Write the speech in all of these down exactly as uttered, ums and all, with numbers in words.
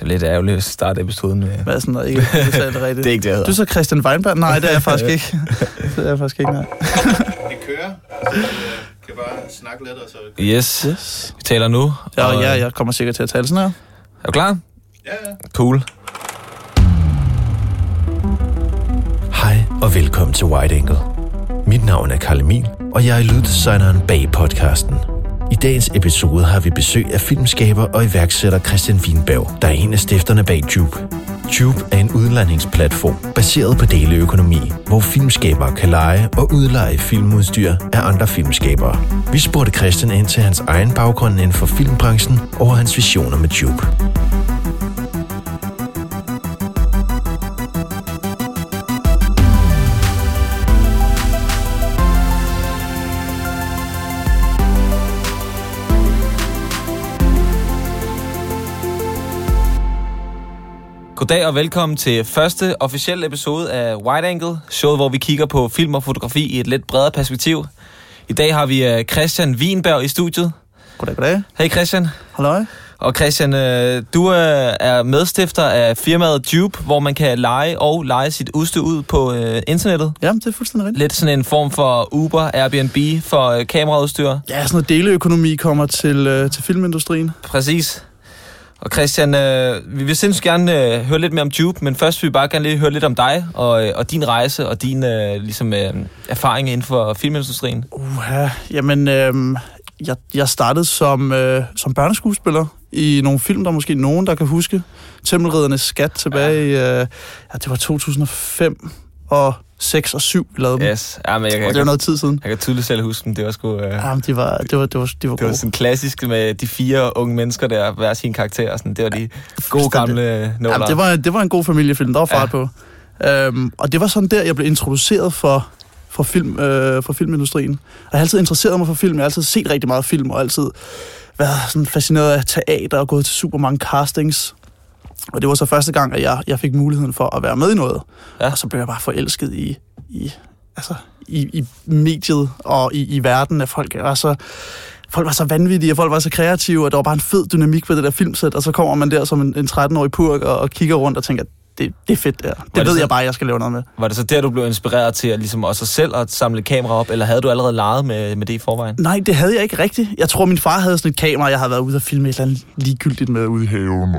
Det er lidt ærgerligt at starte episoden med... Hvad er sådan noget? Ikke det er det rigtigt. Det er ikke det, jeg hedder. Du er så Christian Weinberg? Nej, det er jeg faktisk ikke. Det er jeg faktisk ikke, nej. Det kører. Altså, kan bare snakke lidt, og så... Yes. Yes. Vi taler nu. Ja, og ja, jeg kommer sikkert til at tale sådan her. Er du klar? Ja, ja. Cool. Hej og velkommen til Wide Angle. Mit navn er Carl Emil, og jeg er lyddesigneren bag podcasten. I dagens episode har vi besøg af filmskaber og iværksætter Christian Wienberg, der er en af stifterne bag Jupe. Jupe er en udlejningsplatform baseret på deleøkonomi, hvor filmskabere kan leje og udleje filmudstyr af andre filmskabere. Vi spurgte Christian ind til hans egen baggrund inden for filmbranchen og hans visioner med Jupe. Goddag og velkommen til første officielle episode af Wide Angle, showet, hvor vi kigger på film og fotografi i et lidt bredere perspektiv. I dag har vi Christian Wienberg i studiet. Goddag, goddag. Hej Christian. Halløj. Og Christian, du er medstifter af firmaet Jupe, hvor man kan leje og leje sit udstyr ud på internettet. Jamen, det er fuldstændig rigtigt. Lidt sådan en form for Uber, Airbnb for kameraudstyr. Ja, sådan noget deleøkonomi kommer til, til filmindustrien. Præcis. Og Christian, øh, vi vil sindssygt gerne øh, høre lidt mere om Jupe, men først vil vi bare gerne lige høre lidt om dig og, øh, og din rejse og din øh, ligesom, øh, erfaring inden for filmindustrien. Uha, jamen, øh, jeg, jeg startede som, øh, som børneskuespiller i nogle film, der er måske nogen, der kan huske. Tempelriddernes Skat tilbage ja. i, øh, ja, det var to tusind og fem og seks og syv, vi lavede dem. Yes. Ja, men jeg kan, og det var noget tid siden. Jeg kan tydeligt selv huske dem, det var sgu... Øh, Jamen, de var, det var, det var, de var det var sådan klassisk med de fire unge mennesker der, hver sin karakter, sådan. Det var de gode gamle nåler. Jamen, det var, det var en god familiefilm, der var fart ja. på. Øhm, og det var sådan der, jeg blev introduceret for, for, film, øh, for filmindustrien. Jeg har altid interesseret mig for film, jeg har altid set rigtig meget film, og altid været sådan fascineret af teater og gået til super mange castings. Og det var så første gang, at jeg, jeg fik muligheden for at være med i noget. Ja. Og så blev jeg bare forelsket i, i, altså, i, i mediet og i, i verden af folk. Og så, folk var så vanvittige, og folk var så kreative, og der var bare en fed dynamik ved det der filmsæt. Og så kommer man der som en, en tretten-årig purk og, og kigger rundt og tænker, det, det er fedt der. Det, det ved så, jeg bare, jeg skal lave noget med. Var det så der, du blev inspireret til at ligesom også selv at samle kamera op, eller havde du allerede leget med, med det i forvejen? Nej, det havde jeg ikke rigtigt. Jeg tror, min far havde sådan et kamera, jeg havde været ude og filme et eller andet ligegyldigt med ude i haven.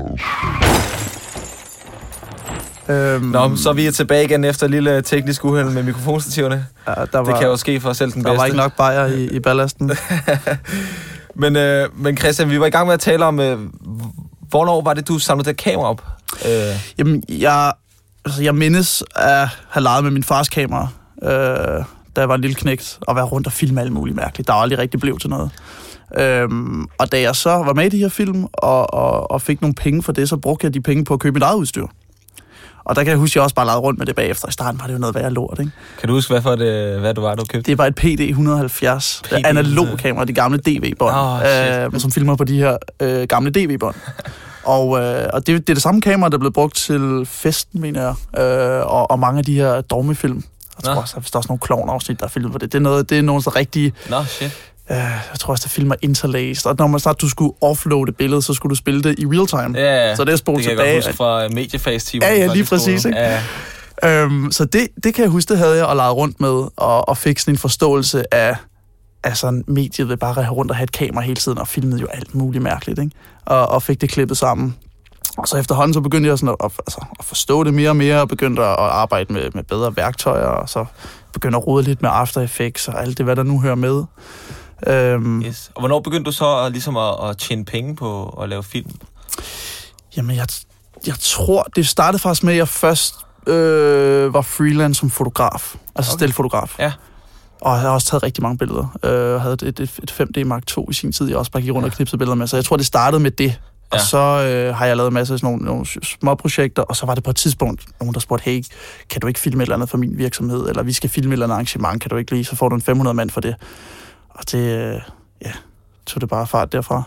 Øhm, Nå, så er vi tilbage igen efter et lille teknisk uheld med mikrofonstativerne. Ja, der var, det kan jo ske for selv den der bedste. Der var ikke nok bajer i, i ballasten. men, øh, men Christian, vi var i gang med at tale om, øh, hvornår var det, du samlede det kamera op? Øh. Jamen, jeg, altså, jeg mindes at have leget med min fars kamera, øh, da jeg var en lille knægt, og være rundt og filme alt muligt mærkeligt. Der var aldrig rigtig blev til noget. Øhm, og da jeg så var med i de her film, og, og, og fik nogle penge for det, så brugte jeg de penge på at købe mit eget udstyr. Og der kan jeg huske, at jeg også bare lavede rundt med det bagefter. I starten var det jo noget værre lort, ikke? Kan du huske, hvad, for det, hvad du var, du købte? Det var et P D et hundrede og halvfjerds. Det analog kamera, de gamle D V-bånd, oh, øh, som filmer på de her øh, gamle D V-bånd. og øh, og det, det er det samme kamera, der blev brugt til festen, mener jeg, øh, og, og mange af de her dogmefilm. Jeg tror også, der er også nogle klovn-afsnit, der er filmet på det. Det er, noget, det er nogle så rigtige... Nå, shit. Uh, jeg tror også, der filmer interlaced. Og når man snart du skulle offloade billedet, så skulle du spille det i real time. Ja, ja. Så det er spolet tilbage. Det kan jeg godt huske fra mediefase-timer. Ja, ja, lige præcis. Ikke? Ja. Um, så det, det kan jeg huske, det havde jeg og leget rundt med, og, og fik sådan en forståelse af, af sådan mediet ved bare at have rundt og have et kamera hele tiden, og filmede jo alt muligt mærkeligt, ikke? Og, og fik det klippet sammen. Og så efterhånden så begyndte jeg sådan at, altså, at forstå det mere og mere, og begyndte at arbejde med, med bedre værktøjer, og så begyndte at rode lidt med After Effects og alt det, hvad der nu hører med. Øhm, yes. Og hvornår begyndte du så ligesom at, at tjene penge på at lave film? Jamen, jeg, jeg tror, det startede faktisk med, at jeg først øh, var freelance som fotograf. Altså okay. Stilfotograf. Ja. Og jeg har også taget rigtig mange billeder. Jeg øh, havde et, et, et fem D Mark to i sin tid, jeg også bare gik rundt ja. og knipsede billeder med. Så jeg tror, det startede med det. Og ja. så øh, har jeg lavet masser af sådan nogle, nogle små projekter, og så var det på et tidspunkt nogen, der spurgte, hey, kan du ikke filme et eller andet for min virksomhed? Eller vi skal filme et eller andet arrangement, kan du ikke lige? Så får du en fem hundrede mand for det. Og det, øh, ja, tog det bare fart derfra.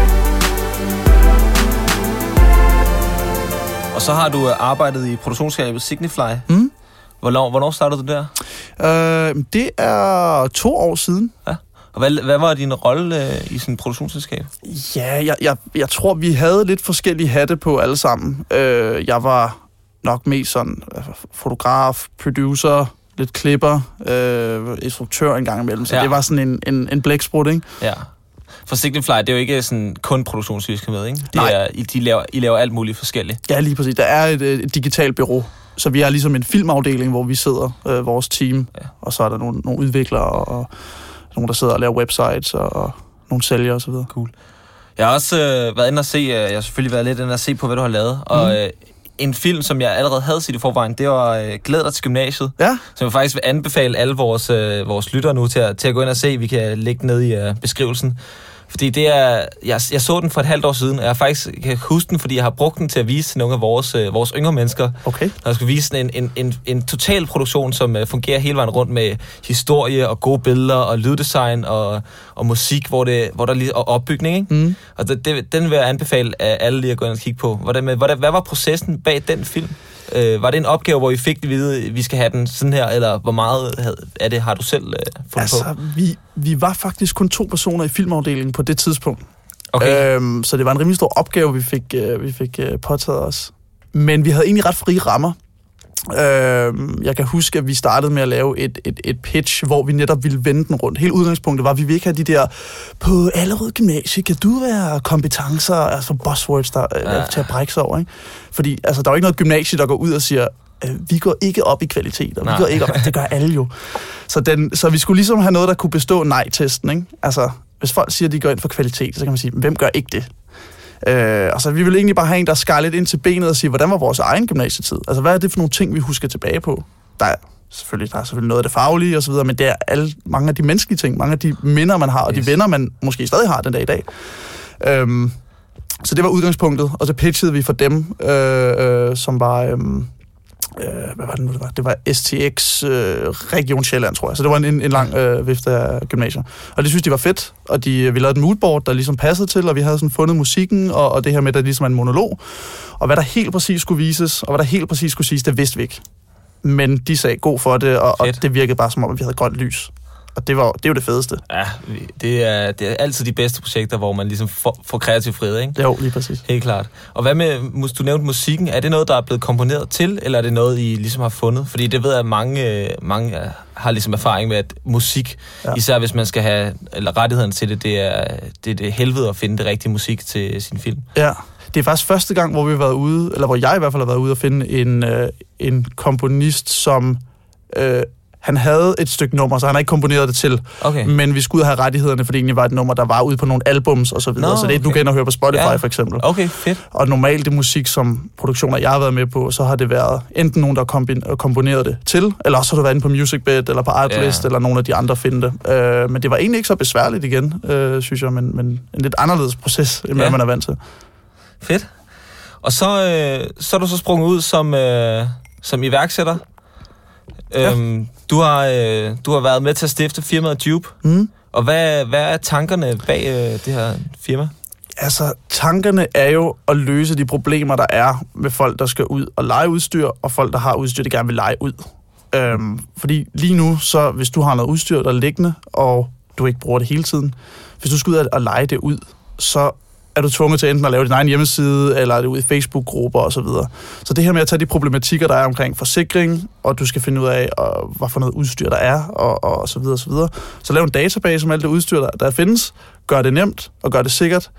Og så har du arbejdet i produktionsselskabet Signifly. Mm. Hvornår, hvornår startede du der? Øh, det er to år siden. Ja. Og hvad, hvad var din rolle øh, i sådan et produktionsselskab? Ja, jeg, jeg, jeg tror, vi havde lidt forskellige hatte på alle sammen. Øh, jeg var nok mest sådan fotograf, producer, lidt klipper, øh, instruktør en gang imellem. Så ja. Det var sådan en, en, en blæksprut, ikke? Ja. For Signal Fly, det er jo ikke sådan kun produktionsvirksomhed, ikke? Det Nej. Er, I, de laver, I laver alt muligt forskelligt. Ja, lige præcis. Der er et, et digitalt bureau. Så vi har ligesom en filmafdeling, hvor vi sidder, øh, vores team, ja. Og så er der nogle, nogle udviklere og, og nogle, der sidder og laver websites og, og nogle sælgere osv. Cool. Jeg har også øh, været inde og se, øh, jeg har selvfølgelig været lidt inde og se på, hvad du har lavet, og mm. øh, en film, som jeg allerede havde set i forvejen, det var øh, Glæd dig til gymnasiet, ja. Som jeg faktisk vil anbefale alle vores, øh, vores lyttere nu til at, til at gå ind og se. Vi kan lægge ned i øh, beskrivelsen. Fordi det er, jeg, jeg så den for et halvt år siden, og jeg faktisk kan huske den, fordi jeg har brugt den til at vise nogle af vores, øh, vores yngre mennesker. Okay. Når jeg skal vise en, en, en, en total produktion, som øh, fungerer hele vejen rundt med historie og gode billeder og lyddesign og, og musik, hvor, det, hvor der lige og opbygning, ikke? Mm. Og det, det, den vil jeg anbefale af alle lige at gå ind og kigge på. Hvordan, hvordan, hvad var processen bag den film? Øh, var det en opgave, hvor I fik at vide, at vi skal have den sådan her, eller hvor meget af det har du selv øh, fundet altså, på? Vi, vi var faktisk kun to personer i filmafdelingen på det tidspunkt. Okay. Øhm, så det var en rimelig stor opgave, vi fik, øh, vi fik øh, påtaget os. Men vi havde egentlig ret frie rammer. Øh, jeg kan huske, at vi startede med at lave et, et, et pitch, hvor vi netop ville vende den rundt. Hele udgangspunktet var, at vi ville ikke have de der, på Allerød Gymnasie, kan du være kompetencer, altså buzzwords, der ja. er til at brække sig over, ikke? Fordi altså, der er jo ikke noget gymnasie, der går ud og siger, vi går ikke op i kvalitet, og vi går ikke op, det gør alle jo. Så, den, så vi skulle ligesom have noget, der kunne bestå nej-testen, ikke? Altså, hvis folk siger, at de går ind for kvalitet, så kan man sige, hvem gør ikke det? Øh, altså, vi ville egentlig bare have en, der skar lidt ind til benet og sige, hvordan var vores egen gymnasietid? Altså, hvad er det for nogle ting, vi husker tilbage på? Der er selvfølgelig, der er selvfølgelig noget af det faglige og så videre, men det er alle, mange af de menneskelige ting, mange af de minder, man har, og yes. de venner, man måske stadig har den dag i dag. Øhm, så det var udgangspunktet, og så pitchede vi for dem, øh, øh, som var... Øh, Øh, hvad var det nu, det var? Det var S T X øh, Region Sjælland, tror jeg. Så det var en, en lang øh, vifte af gymnasier. Og det synes de var fedt, og de, vi lavede et moodboard, der ligesom passede til, og vi havde sådan fundet musikken, og, og det her med, der ligesom er en monolog. Og hvad der helt præcis skulle vises, og hvad der helt præcis skulle siges, det vidste vi ikke. Men de sagde god for det, og, og det virkede bare som om, at vi havde grønt lys. Og det, var, det er jo det fedeste. Ja, det er, det er altid de bedste projekter, hvor man ligesom får, får kreativ frihed, ikke? Jo, lige præcis. Helt klart. Og hvad med, du nævnte musikken, er det noget, der er blevet komponeret til, eller er det noget, I ligesom har fundet? Fordi det ved jeg, at mange, mange har ligesom erfaring med, at musik, ja. Især hvis man skal have eller rettigheden til det, det er, det er det helvede at finde det rigtige musik til sin film. Ja, det er faktisk første gang, hvor vi har været ude, eller hvor jeg i hvert fald har været ude og finde en, øh, en komponist, som... Øh, Han havde et stykke nummer, så han har ikke komponeret det til. Okay. Men vi skulle have rettighederne, fordi det egentlig var et nummer, der var ude på nogle albums og så videre. Nå, så det er okay. Du kan ind og høre på Spotify, ja. For eksempel. Okay, fedt. Og normalt det musik, som produktioner, jeg har været med på, så har det været enten nogen, der har komponeret det til, eller også har det været inde på MusicBed, eller på Artlist, ja. Eller nogle af de andre finde det. Øh, men det var egentlig ikke så besværligt igen, øh, synes jeg, men, men en lidt anderledes proces, end ja. Man er vant til. Fedt. Og så, øh, så er du så sprunget ud som, øh, som iværksætter. Ja. Øhm, du, har, øh, du har været med til at stifte firmaet Jupe. Mm. Og hvad, hvad er tankerne bag øh, det her firma? Altså, tankerne er jo at løse de problemer, der er med folk, der skal ud og lege udstyr, og folk, der har udstyr, der gerne vil lege ud. Øhm, fordi lige nu, så hvis du har noget udstyr, der er liggende, og du ikke bruger det hele tiden, hvis du skal ud og lege det ud, så er du tvunget til enten at lave din egen hjemmeside, eller er det ud i Facebook-grupper osv. Så, så det her med at tage de problematikker, der er omkring forsikring, og du skal finde ud af, og, hvad for noget udstyr der er, og, og så videre, så videre. Så lav en database om alt det udstyr, der, der findes, gør det nemt, og gør det sikkert,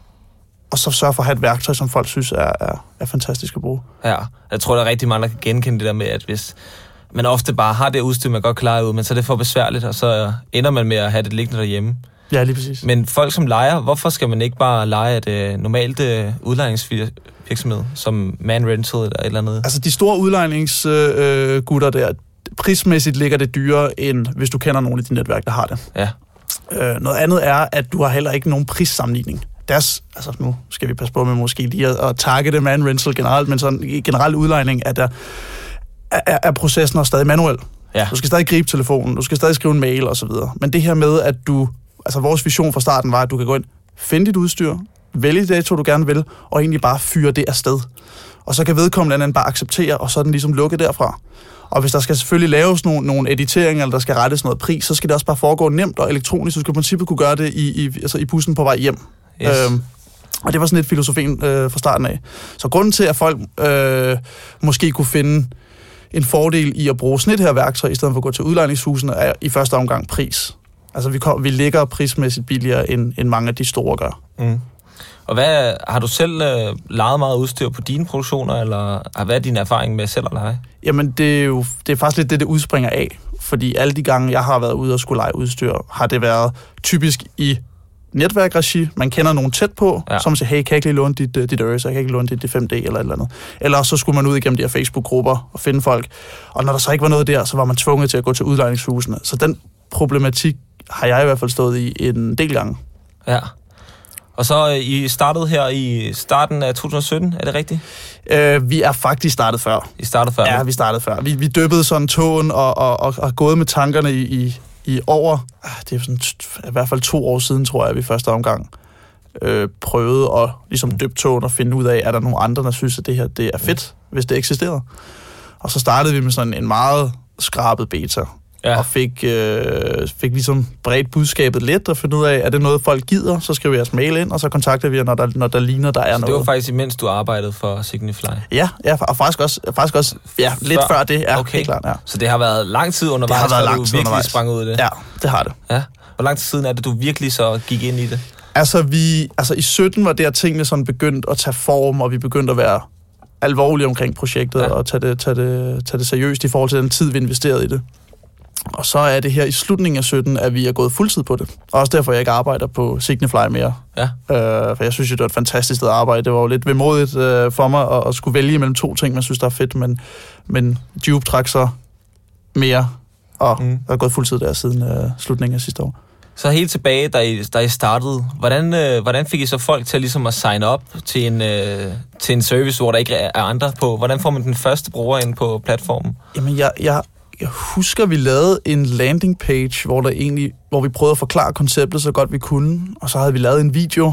og så sørg for at have et værktøj, som folk synes er, er, er fantastisk at bruge. Ja, jeg tror, der er rigtig mange, der kan genkende det der med, at hvis man ofte bare har det udstyr, man godt klarer ud, men så er det for besværligt, og så ender man med at have det liggende derhjemme. Ja, lige præcis. Men folk som lejer, hvorfor skal man ikke bare leje et øh, normalt øh, udlejningsvirksomhed, som Man Rental eller et eller andet? Altså, de store udlejningsgutter øh, der, prismæssigt ligger det dyrere, end hvis du kender nogle af de netværk, der har det. Ja. Øh, noget andet er, at du har heller ikke nogen prissammenligning. Deres, altså nu skal vi passe på med måske lige at, at targete Man Rental generelt, men sådan i generel udlejning er, der, er, er processen også stadig manuel. Ja. Du skal stadig gribe telefonen, du skal stadig skrive en mail og så videre. Men det her med, at du... Altså, vores vision fra starten var, at du kan gå ind, finde dit udstyr, vælge det dato, du gerne vil, og egentlig bare fyre det afsted. Og så kan vedkommende anden bare acceptere, og så er den ligesom lukket derfra. Og hvis der skal selvfølgelig laves nogle, nogle editeringer, eller der skal rettes noget pris, så skal det også bare foregå nemt og elektronisk. Så skal du i princippet kunne gøre det i, i, altså i bussen på vej hjem. Yes. Øhm, og det var sådan lidt filosofien øh, fra starten af. Så grunden til, at folk øh, måske kunne finde en fordel i at bruge sådan et her værktøj, i stedet for at gå til udlejningshusene, er i første omgang pris. Altså vi, kom, vi ligger prismæssigt billigere, end, end mange af de store gør. Mm. Og hvad, har du selv øh, lejet meget udstyr på dine produktioner, eller hvad er din erfaring med selv at lege? Jamen, det er jo det er faktisk lidt det, det udspringer af. Fordi alle de gange, jeg har været ude og skulle lege udstyr, har det været typisk i netværkregi. Man kender nogen tæt på, ja. Som siger, hey, kan jeg ikke lige låne dit, dit Øres, jeg kan ikke låne dit, dit fem D eller et eller andet. Eller så skulle man ud igennem de her Facebook-grupper og finde folk. Og når der så ikke var noget der, så var man tvunget til at gå til udlejningshusene. Så den problematik har jeg i hvert fald stået i en del gange. Ja. Og så I startede her i starten af to tusind og sytten, er det rigtigt? Øh, vi er faktisk startet før. I startede før? Ja, vi startede før. Vi, vi dyppede sådan tågen og, og, og, og gået med tankerne i, i, i over, det er sådan i hvert fald to år siden, tror jeg, vi første omgang øh, prøvede at ligesom dyppe tågen og finde ud af, er der nogle andre, der synes, at det her det er fedt, hvis det eksisterer. Og så startede vi med sådan en meget skrabet beta. Ja. Og fik, øh, fik ligesom bredt budskabet lidt og finde ud af, er det noget, folk gider, så skriver vi jeres mail ind, og så kontakter vi jer, når der, når der ligner, der er så noget. Det var faktisk imens du arbejdede for Signifly? Ja, ja og faktisk også, faktisk også ja, lidt før, før det. Ja, okay. Helt klart, ja. Så det har været lang tid undervejs, det har været lang tid du virkelig undervejs. sprang ud i det? Ja, det har det. Ja. Hvor lang tid siden er det, du virkelig så gik ind i det? Altså, vi, altså i sytten var der tingene sådan begyndt at tage form, og vi begyndte at være alvorlige omkring projektet, ja. Og tage det, tage, det, tage det seriøst i forhold til den tid, vi investerede i det. Og så er det her i slutningen af sytten, at vi er gået fuldtid på det. Og også derfor, jeg ikke arbejder på Signifly mere. Ja. Øh, for jeg synes jo, det var et fantastisk sted at arbejde. Det var jo lidt vemodigt øh, for mig at, at skulle vælge mellem to ting, man synes, der er fedt. Men, men Jupe trak så mere, og mm. er gået fuldtid der siden øh, slutningen af sidste år. Så helt tilbage, da I, da I startede, hvordan, øh, hvordan fik I så folk til ligesom at signe op til en, øh, til en service, hvor der ikke er andre på? Hvordan får man den første bruger ind på platformen? Jamen, jeg... jeg Jeg husker, vi lavede en landing page, hvor, der egentlig, hvor vi prøvede at forklare konceptet så godt vi kunne. Og så havde vi lavet en video,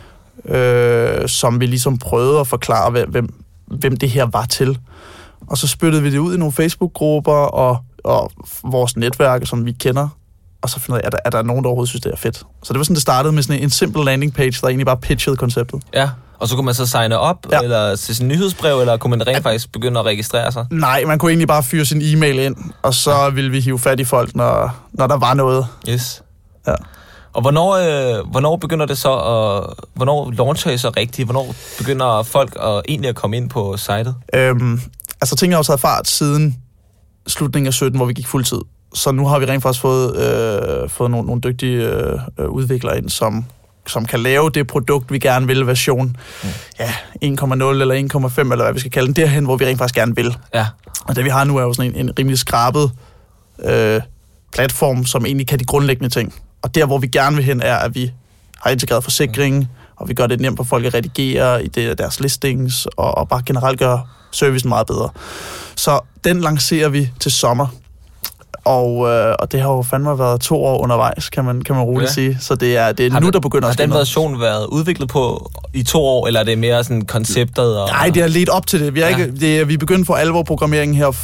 øh, som vi ligesom prøvede at forklare, hvem, hvem det her var til. Og så spyttede vi det ud i nogle Facebook-grupper og, og vores netværk, som vi kender. Og så finder jeg, er der, er der nogen, der overhovedet synes, det er fedt. Så det var sådan, det startede med sådan en, en simpel landing page, der egentlig bare pitchede konceptet. Ja. Og så kunne man så signe op, ja. Eller til sin nyhedsbrev, eller kunne man rent ja. faktisk begynde at registrere sig? Nej, man kunne egentlig bare fyre sin e-mail ind, og så ville vi hive fat i folk, når, når der var noget. Yes. Ja. Og hvornår, øh, hvornår begynder det så at... Hvornår launcher I så rigtigt? Hvornår begynder folk at, egentlig at komme ind på sitet? Øhm, altså, tingene har jo taget fart siden slutningen af sytten, hvor vi gik fuldtid. Så nu har vi rent faktisk fået, øh, fået nogle, nogle dygtige øh, udviklere ind, som... som kan lave det produkt, vi gerne vil, version mm. ja, en komma nul eller en komma fem, eller hvad vi skal kalde den, derhen, hvor vi rent faktisk gerne vil. Ja. Og det vi har nu er jo sådan en, en rimelig skrabet øh, platform, som egentlig kan de grundlæggende ting. Og der, hvor vi gerne vil hen, er, at vi har integreret forsikring, mm. og vi gør det nemt for folk at redigere i det, deres listings, og, og bare generelt gør servicen meget bedre. Så den lancerer vi til sommer. Og, øh, og det har jo fandme været to år undervejs, kan man, kan man roligt ja. sige. Så det er, det er nu, det, der begynder at ske noget. Har den version været udviklet på i to år, eller er det mere sådan konceptet? Og, Nej, det er lidt op til det. Vi er, ja. ikke, det er, vi begyndte for alvor programmeringen her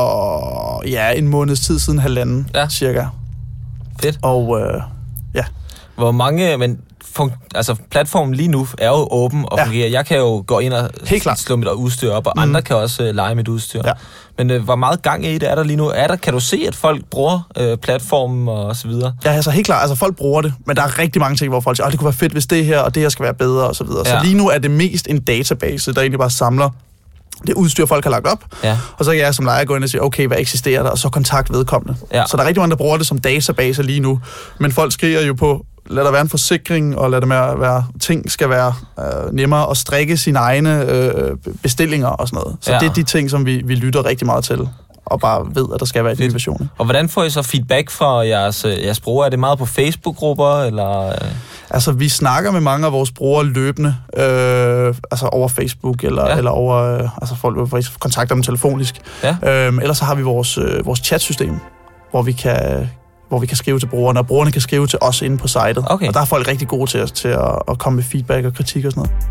for ja, en måneds tid siden, halvanden ja. cirka. Fedt. Og øh, ja. Hvor mange... Men fun- altså, platformen lige nu er jo åben og ja. fungerer. Jeg kan jo gå ind og slå mit udstyr op, og mm. andre kan også uh, lege mit udstyr. Ja. Men øh, hvor meget gang i det er der lige nu? Er der, kan du se, at folk bruger øh, platformen og så videre? Ja, altså helt klart. Altså folk bruger det, men der er rigtig mange ting, hvor folk siger, at det kunne være fedt, hvis det her, og det her skal være bedre og så videre. Ja. Så lige nu er det mest en database, der egentlig bare samler det udstyr, folk har lagt op. Ja. Og så kan jeg som lejer gå ind og sige, okay, hvad eksisterer der? Og så kontakt vedkommende. Ja. Så der er rigtig mange, der bruger det som database lige nu. Men folk skriger jo på, lad der være en forsikring, og lad det være, være ting skal være øh, nemmere at strikke sine egne øh, bestillinger og sådan noget. Så ja. det er de ting, som vi, vi lytter rigtig meget til, og bare ved, at der skal være en innovation. Og hvordan får I så feedback fra jeres, jeres brugere? Er det meget på Facebook-grupper, eller... Altså, vi snakker med mange af vores brugere løbende, øh, altså over Facebook, eller, ja. eller over, øh, altså folk vil kontakte dem telefonisk. Ja. Øh, ellers så har vi vores, øh, vores chatsystem, hvor vi kan... hvor vi kan skrive til brugerne, og brugerne kan skrive til os inde på sitet. Okay. Og der er folk rigtig gode til, til at, at komme med feedback og kritik og sådan noget.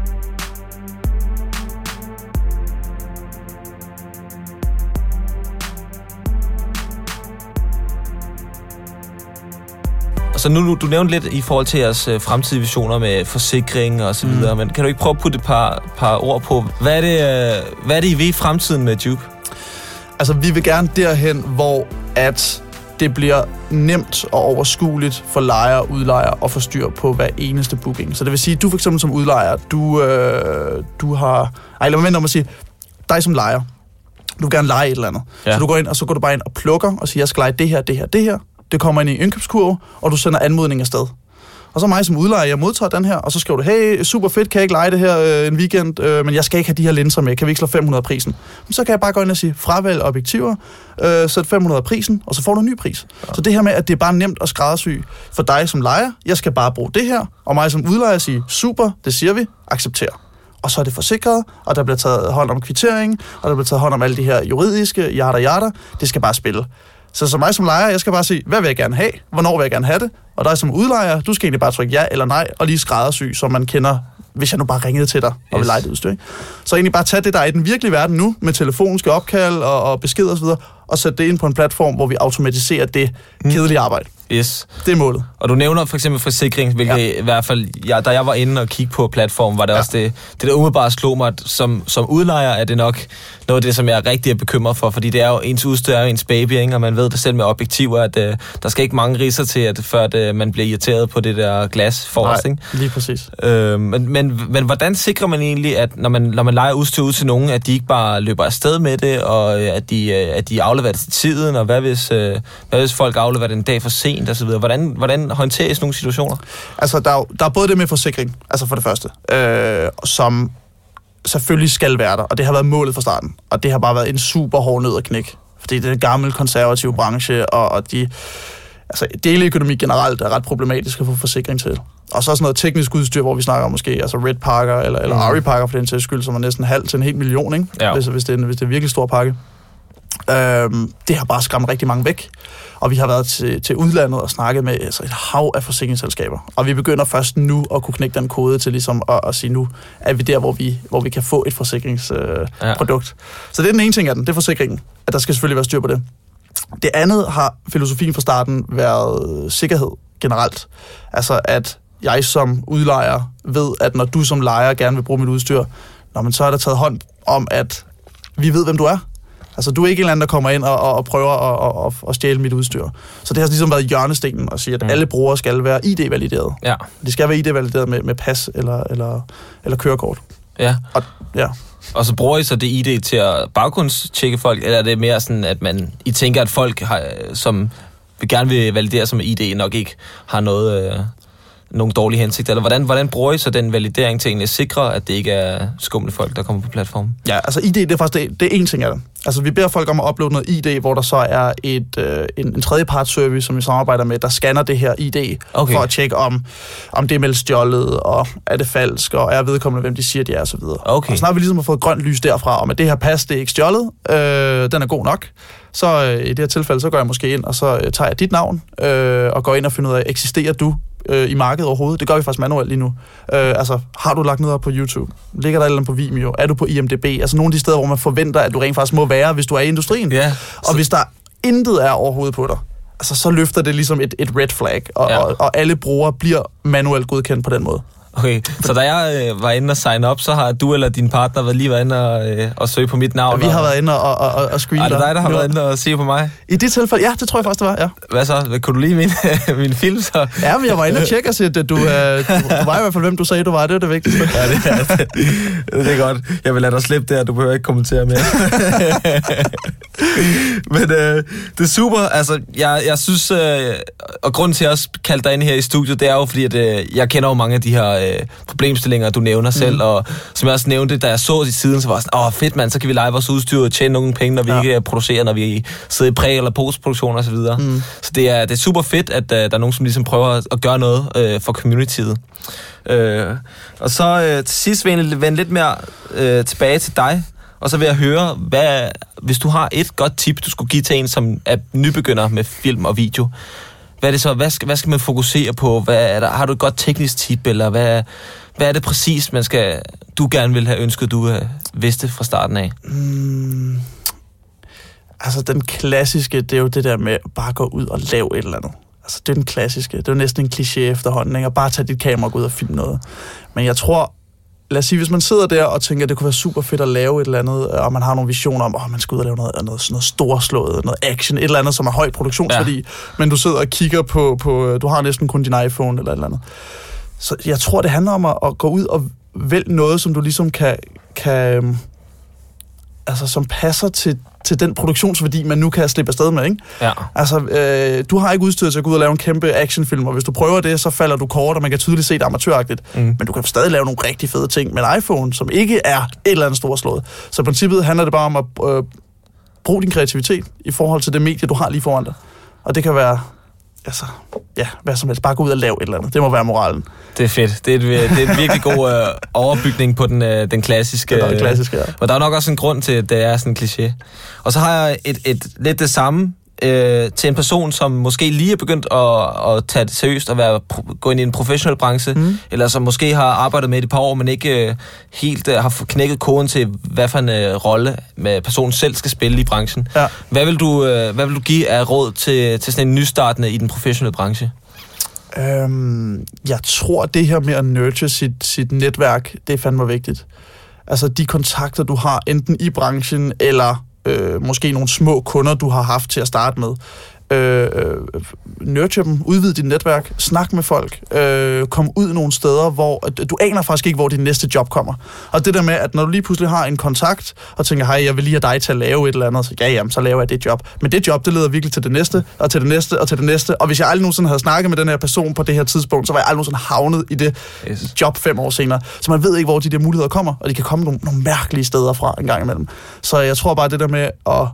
så nu, du nævnte lidt i forhold til jeres øh, fremtidige visioner med forsikring og så videre, mm. men kan du ikke prøve at putte et par, par ord på, hvad er det, øh, hvad er det I vil i fremtiden med Juke? Altså, vi vil gerne derhen, hvor at det bliver nemt og overskueligt for lejere og udlejere at få styr på hver eneste booking. Så det vil sige, at du for eksempel som udlejer, du, øh, du har... Ej, lad mig vente om at sige, dig som lejer, du vil gerne leje et eller andet. Ja. Så du går ind, og så går du bare ind og plukker og siger, jeg skal leje det her, det her, det her. Det kommer ind i en indkøbskurve, og du sender anmodning afsted. Og så mig som udlejer, jeg modtager den her, og så skriver du, hey, super fedt, kan jeg ikke leje det her øh, en weekend, øh, men jeg skal ikke have de her linser med, kan vi ikke slå fem hundrede prisen? Så kan jeg bare gå ind og sige, fravælg objektiver, øh, sæt fem hundrede prisen, og så får du en ny pris. Ja. Så det her med, at det er bare nemt at skræddersy for dig som lejer, jeg skal bare bruge det her, og mig som udlejer siger, super, det siger vi, accepter. Og så er det forsikret, og der bliver taget hånd om kvittering, og der bliver taget hånd om alle de her juridiske, yada yada, det skal bare spille. Så som mig som lejer, jeg skal bare sige, hvad vil jeg gerne have, hvornår vil jeg gerne have det, og dig som udlejer, du skal egentlig bare trykke ja eller nej, og lige skræddersy, som man kender, hvis jeg nu bare ringede til dig og yes. vil lege det udstyr. Ikke? Så egentlig bare tage det, der er i den virkelige verden nu, med telefoniske opkald og, og beskeder osv., og sætte det ind på en platform, hvor vi automatiserer det kedelige arbejde. Yes. Det er målet. Og du nævner for eksempel forsikring, hvilket ja. i hvert fald, ja, da jeg var inde og kigge på platformen, var det ja. også det, det der umiddelbart slog mig, at som, som udlejer er det nok noget af det, som jeg er rigtig er bekymret for, fordi det er jo ens udstyr, er jo ens baby, ikke? Og man ved det selv med objektiver, at uh, der skal ikke mange ridser til, at før at, uh, man bliver irriteret på det der glas forrest, ikke? Lige præcis. Øh, men, men, men hvordan sikrer man egentlig, at når man, når man lejer udstyr ud til nogen, at de ikke bare løber afsted med det, og uh, at, de, uh, at de afleverer det til tiden, og hvad hvis, uh, hvad hvis folk afleverer det en dag for sent, og så videre? Hvordan, hvordan håndterer I sådan nogle situationer? Altså, der er, der er både det med forsikring, altså for det første, øh, som selvfølgelig skal være der, og det har været målet fra starten, og det har bare været en super hård nød at knække, fordi det er en gammel konservativ branche, og, og de, altså deleøkonomi generelt er ret problematisk at få forsikring til. Og så er sådan noget teknisk udstyr, hvor vi snakker om måske altså Red Packer, eller, eller mm. Ari Packer for den til skyld, som er næsten halv til en hel million, ikke? Ja. Hvis, hvis, det er en, hvis det er en virkelig stor pakke. Øhm, det har bare skræmt rigtig mange væk. Og vi har været til, til udlandet og snakket med altså et hav af forsikringsselskaber. Og vi begynder først nu at kunne knække den kode til ligesom at, at sige, nu er vi der, hvor vi, hvor vi kan få et forsikringsprodukt. Øh, ja. Så det er den ene ting af den, det er forsikringen. At der skal selvfølgelig være styr på det. Det andet har filosofien fra starten været sikkerhed generelt. Altså at jeg som udlejer ved, at når du som lejer gerne vil bruge mit udstyr, når man så er der taget hånd om, at vi ved, hvem du er. Altså, du er ikke en eller anden, der kommer ind og, og, og prøver at, at, at stjæle mit udstyr. Så det har ligesom været hjørnestenen at sige, at mm. alle brugere skal være I D-valideret. Ja. De skal være I D-valideret med, med pas eller, eller, eller kørekort. Ja. Og, ja. Og så bruger I så det I D til at baggrundstjekke folk, eller er det mere sådan, at man, I tænker, at folk, har, som vil gerne vil validere som I D, nok ikke har noget... Øh nogle dårlige hensigter, eller hvordan, hvordan bruger I så den validering til egentlig at sikre, at det ikke er skumle folk, der kommer på platformen? Ja, altså I D, det er faktisk det, det er én ting af det. Altså vi beder folk om at uploade noget I D, hvor der så er et, øh, en, en tredjepartsservice, som vi samarbejder med, der scanner det her I D, okay. for at tjekke om, om det er meldt stjålet, og er det falsk, og er vedkommende, hvem de siger, de er, og så videre. Okay. Og snart vi ligesom har fået grønt lys derfra, om at det her pas, det er ikke stjålet, øh, den er god nok. Så øh, i det her tilfælde, så går jeg måske ind, og så øh, tager jeg dit navn, øh, og går ind og finder ud af, eksisterer du i markedet overhovedet. Det gør vi faktisk manuelt lige nu. Øh, altså, har du lagt noget op på YouTube? Ligger der et eller andet på Vimeo? Er du på I M D B? Altså nogle af de steder, hvor man forventer, at du rent faktisk må være, hvis du er i industrien. Yeah, og så... hvis der intet er overhovedet på dig, altså, så løfter det ligesom et, et red flag, og, ja. og, og alle brugere bliver manuelt godkendt på den måde. Okay, så da jeg øh, var inde og sign up, så har du eller din partner været lige været inde og, øh, og søge på mit navn? Ja, vi har været inde og, og, og screene. Er det dig, der har været inde og se på mig? I det tilfælde, ja, det tror jeg faktisk, det var, ja. Hvad så? Kunne du lide min, min film, så? Ja, men jeg var inde og tjekke og sige, at du, øh, du, du var i hvert fald, hvem du sagde, du var. Det var det vigtigste. Ja, det er, det, det er godt. Jeg vil lade dig slippe der, du behøver ikke kommentere mere. Men øh, det er super. Altså, jeg, jeg synes, øh, og grunden til at jeg også kaldte dig ind her i studiet, det er jo fordi, at øh, jeg kender jo mange af de her øh, problemstillinger, du nævner selv, mm. og som jeg også nævnte, da jeg så det siden, så var jeg sådan, åh fedt mand, så kan vi lege vores udstyr og tjene nogle penge, når vi ja. ikke producerer, når vi sidder i præ- eller postproduktion og så videre. Mm. Så det er, det er super fedt, at uh, der er nogen, som ligesom prøver at gøre noget uh, for communityet. Uh, og så uh, til sidst vil jeg vende lidt mere uh, tilbage til dig, og så vil jeg høre, hvad, hvis du har et godt tip, du skulle give til en, som er nybegynder med film og video, hvad er det så? Hvad skal, hvad skal man fokusere på? Hvad er der, har du et godt teknisk tip, eller hvad, hvad er det præcis, man skal, du gerne ville have ønsket, du uh, vidste fra starten af? Mm, altså, den klassiske, det er jo det der med bare gå ud og lave et eller andet. altså, det er den klassiske. Det er jo næsten en kliché efterhånden, ikke? Og bare tage dit kamera og gå ud og filme noget. Men jeg tror, lad os sige, hvis man sidder der og tænker, at det kunne være super fedt at lave et eller andet, og man har nogle visioner om, at oh, man skal ud og lave noget, noget, noget storslået, noget action, et eller andet, som er høj produktionsværdi, ja. Men du sidder og kigger på, på, du har næsten kun din iPhone eller et eller andet. Så jeg tror, det handler om at, at gå ud og vælge noget, som du ligesom kan, kan altså som passer til, til den produktionsværdi, man nu kan slippe afsted med, ikke? Ja. Altså, øh, du har ikke udstyr til at gå ud og lave en kæmpe actionfilm, og hvis du prøver det, så falder du kort, og man kan tydeligt se det amatøragtigt. Mm. Men du kan stadig lave nogle rigtig fede ting med en iPhone, som ikke er et eller andet storslået. Så i princippet handler det bare om at øh, bruge din kreativitet i forhold til det medie, du har lige foran dig. Og det kan være, altså, ja, hvad som helst. Bare gå ud og lave et eller andet. Det må være moralen. Det er fedt. Det er, et, det er en virkelig god øh, overbygning på den, øh, den klassiske. Det er den klassiske, ja. Og der er nok også en grund til, at det er sådan en kliché. Og så har jeg et, et lidt det samme øh, til en person, som måske lige er begyndt at, at tage det seriøst og være, gå ind i en professionel branche, mm. eller som måske har arbejdet med det et par år, men ikke øh, helt øh, har knækket koden til, hvad for en øh, rolle med personen selv skal spille i branchen. Ja. Hvad vil du, øh, hvad vil du give af råd til, til sådan en nystartende i den professionelle branche? Øhm, jeg tror, det her med at nurture sit, sit netværk, det er fandme vigtigt. Altså de kontakter, du har, enten i branchen, eller øh, måske nogle små kunder, du har haft til at starte med. Øh, øh, nurture dem, udvide dit netværk, snak med folk, øh, kom ud nogle steder, hvor du aner faktisk ikke, hvor dit næste job kommer. Og det der med, at når du lige pludselig har en kontakt, og tænker, hej, jeg vil lige have dig til at lave et eller andet, så ja, jamen, så laver jeg det job. Men det job, det leder virkelig til det næste, og til det næste, og til det næste. Og hvis jeg aldrig nogensinde havde snakket med den her person på det her tidspunkt, så var jeg aldrig nogensinde havnet i det yes. job fem år senere. Så man ved ikke, hvor de der muligheder kommer, og de kan komme nogle, nogle mærkelige steder fra en gang imellem. Så jeg tror bare, det der med at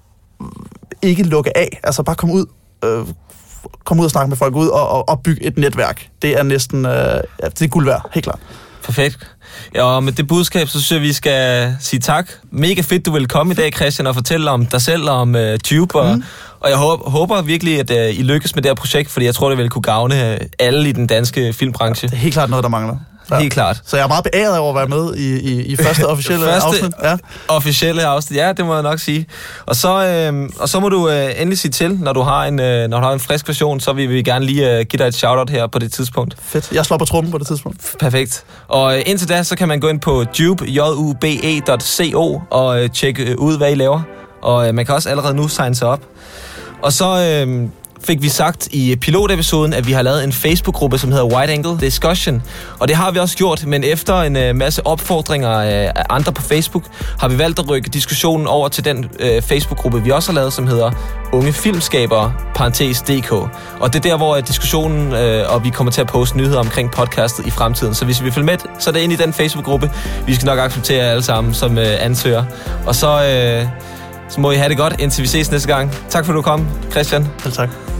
ikke lukke af, altså bare komme ud, øh, komme ud og snakke med folk ud og, og opbygge et netværk. Det er næsten, øh, ja, det er guld værd, helt klart. Perfekt. Ja, og med det budskab, så synes jeg, vi skal sige tak. Mega fedt, du vil komme i dag, Christian, og fortælle om dig selv og om uh, Tube. Og, mm. og jeg håber, håber virkelig, at uh, I lykkes med det her projekt, fordi jeg tror, det vil kunne gavne uh, alle i den danske filmbranche. Det er helt klart noget, der mangler. Ja. Helt klart. Så jeg er meget beæret over at være med i, i, i første officielle første afsnit. Ja. officielle afsnit, ja, det må jeg nok sige. Og så, øh, og så må du øh, endelig sige til, når du har en, øh, når du har en frisk version, så vil vi gerne lige øh, give dig et shoutout her på det tidspunkt. Fedt. Jeg slår på trummen på det tidspunkt. Perfekt. Og øh, indtil da, så kan man gå ind på jube punktum co og øh, tjekke ud, hvad I laver. Og øh, man kan også allerede nu signe sig op. Og så Øh, fik vi sagt i pilotepisoden, at vi har lavet en Facebook-gruppe, som hedder Wide Angle Discussion. Og det har vi også gjort, men efter en øh, masse opfordringer af andre på Facebook, har vi valgt at rykke diskussionen over til den øh, Facebook-gruppe, vi også har lavet, som hedder Unge Filmskabere, parentes D K. Og det er der, hvor øh, diskussionen, øh, og vi kommer til at poste nyheder omkring podcastet i fremtiden. Så hvis vi vil følge med, så er det ind i den Facebook-gruppe. Vi skal nok acceptere alle sammen som øh, ansøger. Og så... Øh, Så må I have det godt, indtil vi ses næste gang. Tak for, at du kom, Christian. Selv tak.